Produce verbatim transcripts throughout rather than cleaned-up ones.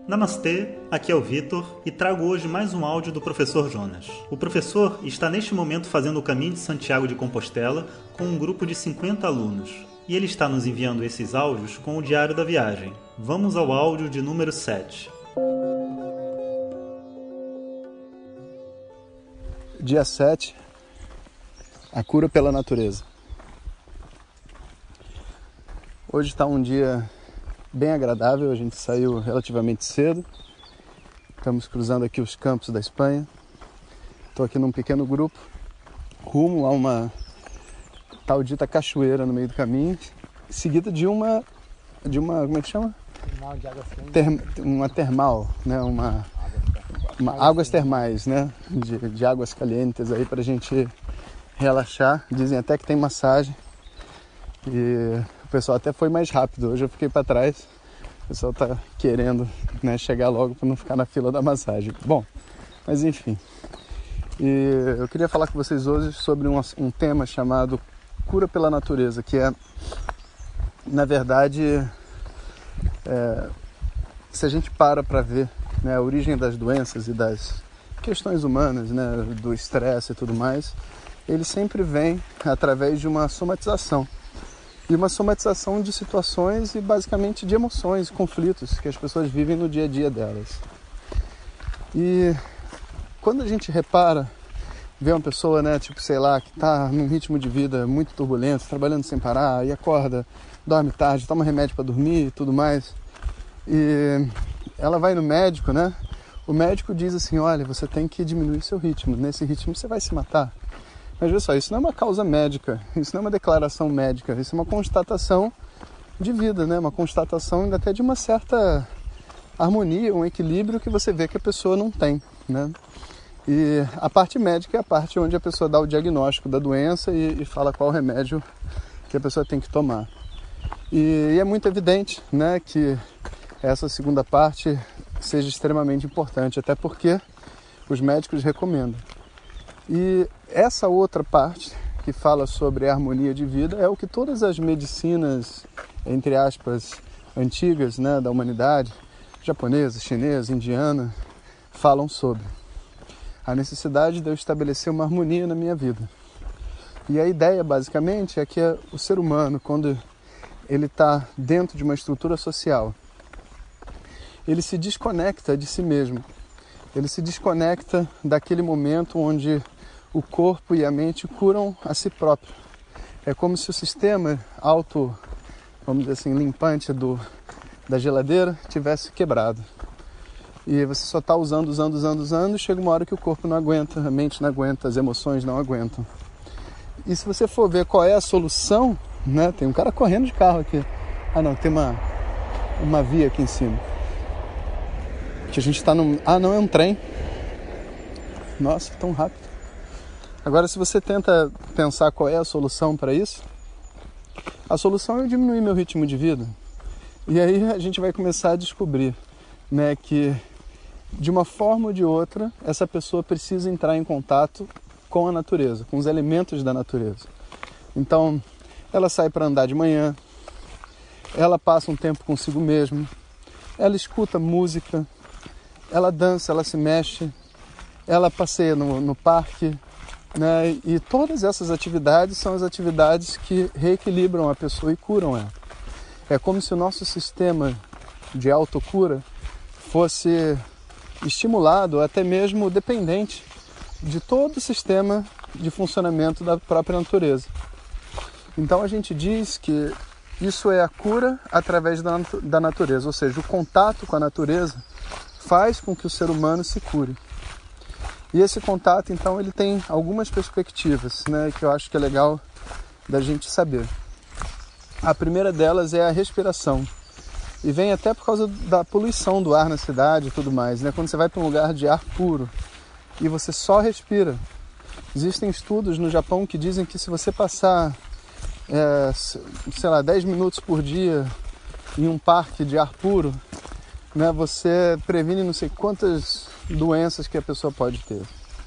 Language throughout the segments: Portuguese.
Namastê, aqui é o Vitor e trago hoje mais um áudio do professor Jonas. O professor está neste momento fazendo o caminho de Santiago de Compostela com um grupo de cinquenta alunos. E ele está nos enviando esses áudios com o diário da viagem. Vamos ao áudio de número sete. Dia sete. A cura pela natureza. Hoje está um dia bem agradável, a gente saiu relativamente cedo. Estamos cruzando aqui os campos da Espanha. Estou aqui num pequeno grupo, rumo a uma tal dita cachoeira no meio do caminho, seguida de uma, de uma, como é que chama? Termal de água Term, uma termal, né? Uma, uma águas termais, né? De, de águas calientes aí para a gente relaxar. Dizem até que tem massagem e o pessoal até foi mais rápido. Hoje eu fiquei para trás. O pessoal está querendo, né, chegar logo para não ficar na fila da massagem. Bom, mas enfim. E eu queria falar com vocês hoje sobre um, um tema chamado cura pela natureza, que é, na verdade, é, se a gente para para ver, né, a origem das doenças e das questões humanas, né, do estresse e tudo mais, ele sempre vem através de uma somatização. E uma somatização de situações e basicamente de emoções, conflitos que as pessoas vivem no dia a dia delas. E quando a gente repara, vê uma pessoa, né, tipo, sei lá, que está num ritmo de vida muito turbulento, trabalhando sem parar, e acorda, dorme tarde, toma remédio para dormir e tudo mais, e ela vai no médico, né? O médico diz assim, olha, você tem que diminuir seu ritmo, nesse ritmo você vai se matar. Mas veja só, isso não é uma causa médica, isso não é uma declaração médica, isso é uma constatação de vida, né? Uma constatação até de uma certa harmonia, um equilíbrio que você vê que a pessoa não tem, né? E a parte médica é a parte onde a pessoa dá o diagnóstico da doença e, e fala qual remédio que a pessoa tem que tomar. E, e é muito evidente, né, que essa segunda parte seja extremamente importante, até porque os médicos recomendam. E essa outra parte, que fala sobre a harmonia de vida, é o que todas as medicinas, entre aspas, antigas, né, da humanidade, japonesa, chinesa, indiana, falam sobre. A necessidade de eu estabelecer uma harmonia na minha vida. E a ideia, basicamente, é que o ser humano, quando ele está dentro de uma estrutura social, ele se desconecta de si mesmo. Ele se desconecta daquele momento onde o corpo e a mente curam a si próprio. É como se o sistema auto, vamos dizer assim, limpante do, da geladeira tivesse quebrado. E você só está usando, usando, usando, usando, e chega uma hora que o corpo não aguenta, a mente não aguenta, as emoções não aguentam. E se você for ver qual é a solução, né? Tem um cara correndo de carro aqui. Ah não, tem uma, uma via aqui em cima. Que a gente está num... Ah não, é um trem. Nossa, tão rápido. Agora, se você tenta pensar qual é a solução para isso, a solução é diminuir meu ritmo de vida. E aí a gente vai começar a descobrir, né, que de uma forma ou de outra, essa pessoa precisa entrar em contato com a natureza, com os elementos da natureza. Então, ela sai para andar de manhã, ela passa um tempo consigo mesma, ela escuta música, ela dança, ela se mexe, ela passeia no, no parque, né? E todas essas atividades são as atividades que reequilibram a pessoa e curam ela. É como se o nosso sistema de autocura fosse estimulado, até mesmo dependente de todo o sistema de funcionamento da própria natureza. Então a gente diz que isso é a cura através da, da natureza, ou seja, o contato com a natureza faz com que o ser humano se cure. E esse contato, então, ele tem algumas perspectivas, né, que eu acho que é legal da gente saber. A primeira delas é a respiração. E vem até por causa da poluição do ar na cidade e tudo mais, né? Quando você vai para um lugar de ar puro e você só respira. Existem estudos no Japão que dizem que se você passar, é, sei lá, dez minutos por dia em um parque de ar puro, né, você previne não sei quantas doenças que a pessoa pode ter.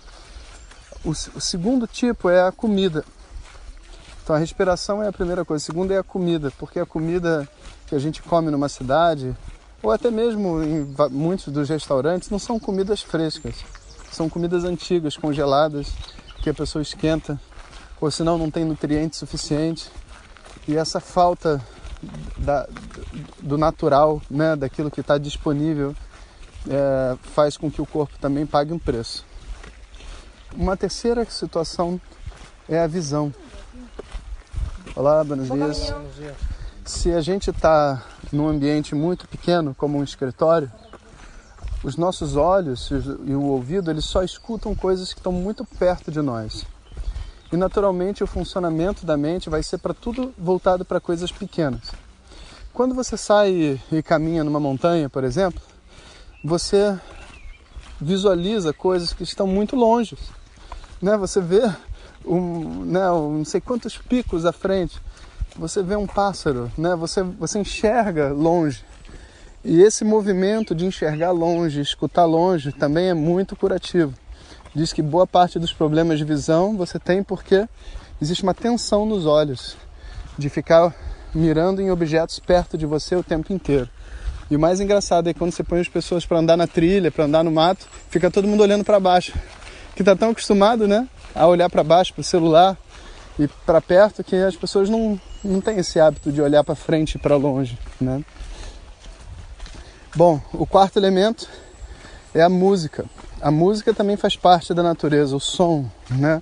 O, o segundo tipo é a comida. Então a respiração é a primeira coisa. O segundo é a comida, porque a comida que a gente come numa cidade, ou até mesmo em muitos dos restaurantes, não são comidas frescas. São comidas antigas, congeladas, que a pessoa esquenta, ou senão não tem nutriente suficiente. E essa falta da, do natural, né, daquilo que está disponível, é, faz com que o corpo também pague um preço. Uma terceira situação é a visão. Olá, buenos dias. Se a gente está num ambiente muito pequeno, como um escritório, os nossos olhos e o ouvido, eles só escutam coisas que estão muito perto de nós. E naturalmente o funcionamento da mente vai ser para tudo voltado para coisas pequenas. Quando você sai e caminha numa montanha, por exemplo, você visualiza coisas que estão muito longe, né? Você vê um, né, um, não sei quantos picos à frente, você vê um pássaro, né? Você, você enxerga longe. E esse movimento de enxergar longe, escutar longe, também é muito curativo. Diz que boa parte dos problemas de visão você tem porque existe uma tensão nos olhos, de ficar mirando em objetos perto de você o tempo inteiro. E o mais engraçado é que quando você põe as pessoas para andar na trilha, para andar no mato, fica todo mundo olhando para baixo. Que está tão acostumado, né, a olhar para baixo, para o celular e para perto, que as pessoas não, não têm esse hábito de olhar para frente e para longe, né? Bom, o quarto elemento é a música. A música também faz parte da natureza, o som, né?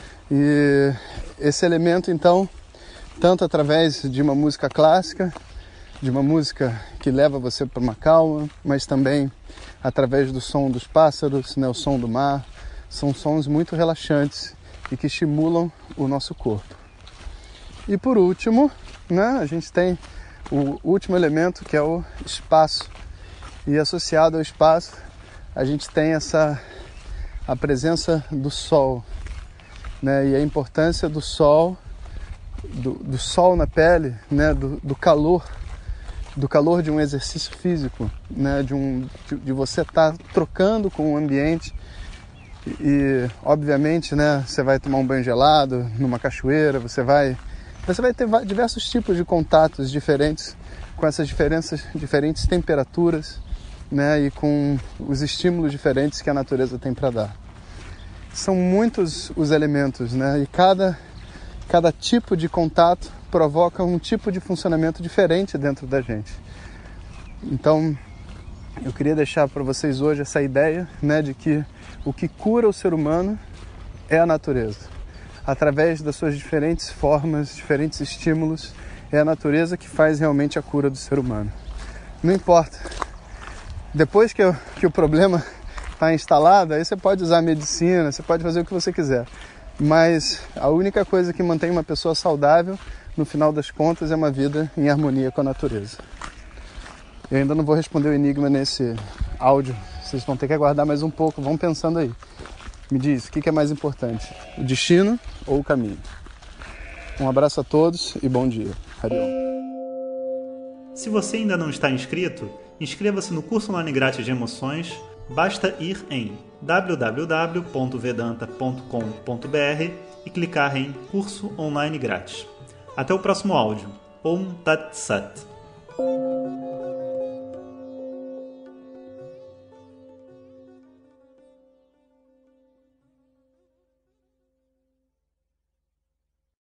E esse elemento, então, tanto através de uma música clássica, de uma música que leva você para uma calma, mas também através do som dos pássaros, né? O som do mar, são sons muito relaxantes e que estimulam o nosso corpo. E por último, né, a gente tem o último elemento, que é o espaço. E associado ao espaço, a gente tem essa, a presença do sol, né? E a importância do sol, do, do sol na pele, né? do, do calor, do calor de um exercício físico, né? de, um, de, de você estar trocando com o ambiente. E, e obviamente, né? Você vai tomar um banho gelado numa cachoeira, você vai, você vai ter diversos tipos de contatos diferentes, com essas diferenças, diferentes temperaturas, né, e com os estímulos diferentes que a natureza tem para dar. São muitos os elementos, né, e cada, cada tipo de contato provoca um tipo de funcionamento diferente dentro da gente. Então, eu queria deixar para vocês hoje essa ideia, né, de que o que cura o ser humano é a natureza. Através das suas diferentes formas, diferentes estímulos, é a natureza que faz realmente a cura do ser humano. Não importa. Depois que, eu, que o problema está instalado, aí você pode usar a medicina, você pode fazer o que você quiser. Mas a única coisa que mantém uma pessoa saudável, no final das contas, é uma vida em harmonia com a natureza. Eu ainda não vou responder o enigma nesse áudio. Vocês vão ter que aguardar mais um pouco, vão pensando aí. Me diz, o que é mais importante? O destino ou o caminho? Um abraço a todos e bom dia. Hariom. Se você ainda não está inscrito, inscreva-se no curso online grátis de emoções. Basta ir em w w w ponto vedanta ponto com ponto b r e clicar em curso online grátis. Até o próximo áudio. Om Tat Sat.